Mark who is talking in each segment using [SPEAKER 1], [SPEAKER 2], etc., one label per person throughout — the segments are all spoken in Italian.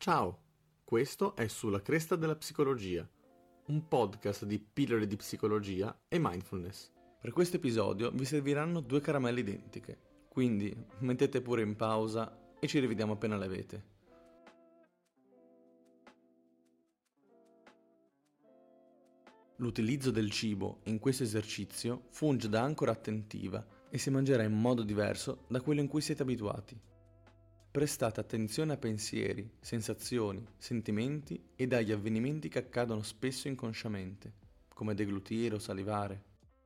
[SPEAKER 1] Ciao, questo è Sulla Cresta della Psicologia, un podcast di pillole di psicologia e mindfulness. Per questo episodio vi serviranno 2 caramelle identiche, quindi mettete pure in pausa e ci rivediamo appena le avete. L'utilizzo del cibo in questo esercizio funge da ancora attentiva e si mangerà in modo diverso da quello in cui siete abituati. Prestate attenzione a pensieri, sensazioni, sentimenti e agli avvenimenti che accadono spesso inconsciamente, come deglutire o salivare.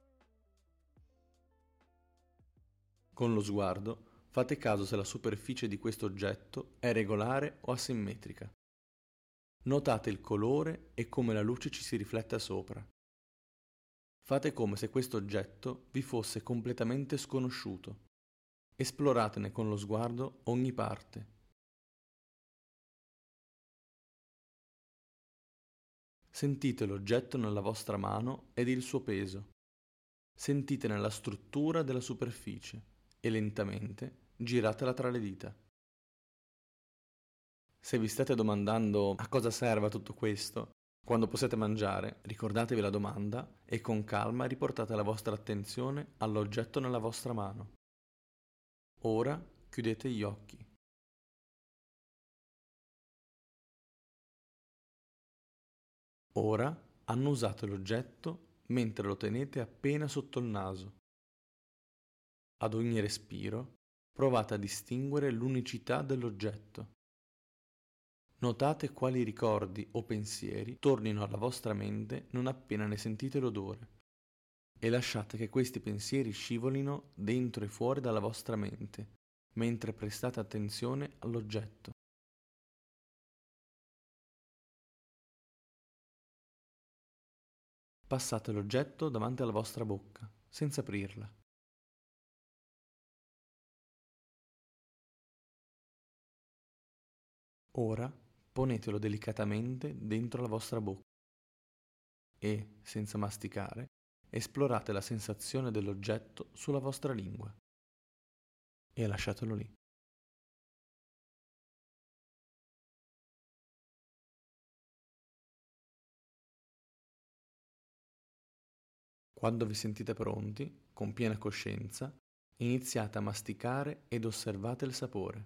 [SPEAKER 1] Con lo sguardo fate caso se la superficie di questo oggetto è regolare o asimmetrica. Notate il colore e come la luce ci si rifletta sopra. Fate come se questo oggetto vi fosse completamente sconosciuto. Esploratene con lo sguardo ogni parte. Sentite l'oggetto nella vostra mano ed il suo peso. Sentitene la struttura della superficie e lentamente giratela tra le dita. Se vi state domandando a cosa serva tutto questo, quando possiate mangiare, ricordatevi la domanda e con calma riportate la vostra attenzione all'oggetto nella vostra mano. Ora chiudete gli occhi. Ora annusate l'oggetto mentre lo tenete appena sotto il naso. Ad ogni respiro provate a distinguere l'unicità dell'oggetto. Notate quali ricordi o pensieri tornino alla vostra mente non appena ne sentite l'odore e lasciate che questi pensieri scivolino dentro e fuori dalla vostra mente mentre prestate attenzione all'oggetto. Passate l'oggetto davanti alla vostra bocca, senza aprirla. Ora ponetelo delicatamente dentro la vostra bocca e, senza masticare, esplorate la sensazione dell'oggetto sulla vostra lingua e lasciatelo lì. Quando vi sentite pronti, con piena coscienza, iniziate a masticare ed osservate il sapore.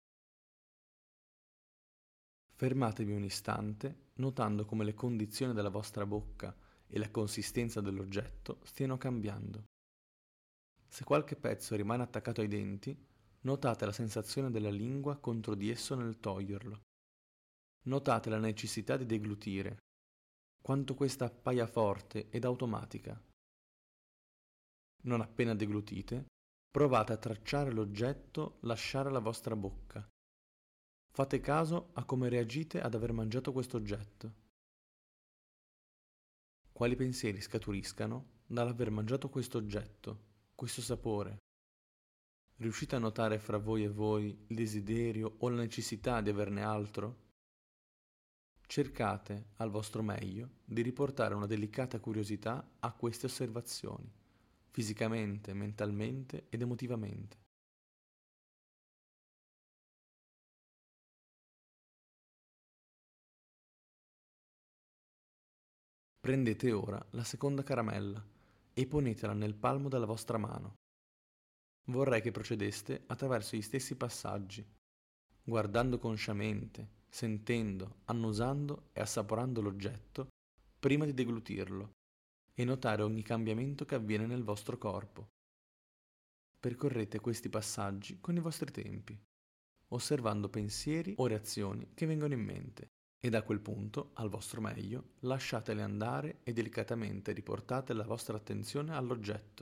[SPEAKER 1] Fermatevi un istante, notando come le condizioni della vostra bocca e la consistenza dell'oggetto stiano cambiando. Se qualche pezzo rimane attaccato ai denti, notate la sensazione della lingua contro di esso nel toglierlo. Notate la necessità di deglutire, quanto questa appaia forte ed automatica. Non appena deglutite, provate a tracciare l'oggetto, lasciare la vostra bocca. Fate caso a come reagite ad aver mangiato questo oggetto. Quali pensieri scaturiscano dall'aver mangiato questo oggetto, questo sapore? Riuscite a notare fra voi e voi il desiderio o la necessità di averne altro? Cercate, al vostro meglio, di riportare una delicata curiosità a queste osservazioni, fisicamente, mentalmente ed emotivamente. Prendete ora la seconda caramella e ponetela nel palmo della vostra mano. Vorrei che procedeste attraverso gli stessi passaggi, guardando consciamente, sentendo, annusando e assaporando l'oggetto prima di deglutirlo e notare ogni cambiamento che avviene nel vostro corpo. Percorrete questi passaggi con i vostri tempi, osservando pensieri o reazioni che vengono in mente e da quel punto, al vostro meglio, lasciatele andare e delicatamente riportate la vostra attenzione all'oggetto.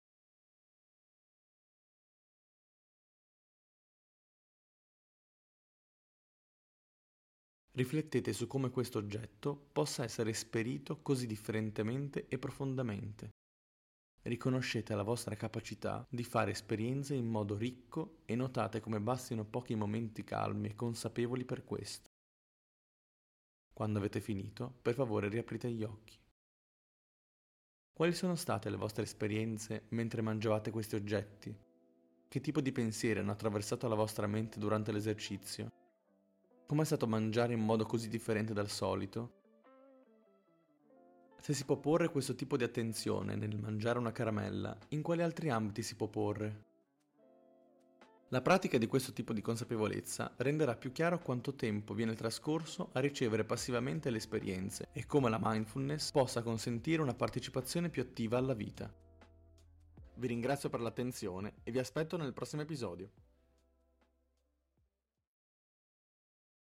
[SPEAKER 1] Riflettete su come questo oggetto possa essere esperito così differentemente e profondamente. Riconoscete la vostra capacità di fare esperienze in modo ricco e notate come bastino pochi momenti calmi e consapevoli per questo. Quando avete finito, per favore riaprite gli occhi. Quali sono state le vostre esperienze mentre mangiavate questi oggetti? Che tipo di pensieri hanno attraversato la vostra mente durante l'esercizio? Com'è stato mangiare in modo così differente dal solito? Se si può porre questo tipo di attenzione nel mangiare una caramella, in quali altri ambiti si può porre? La pratica di questo tipo di consapevolezza renderà più chiaro quanto tempo viene trascorso a ricevere passivamente le esperienze e come la mindfulness possa consentire una partecipazione più attiva alla vita. Vi ringrazio per l'attenzione e vi aspetto nel prossimo episodio.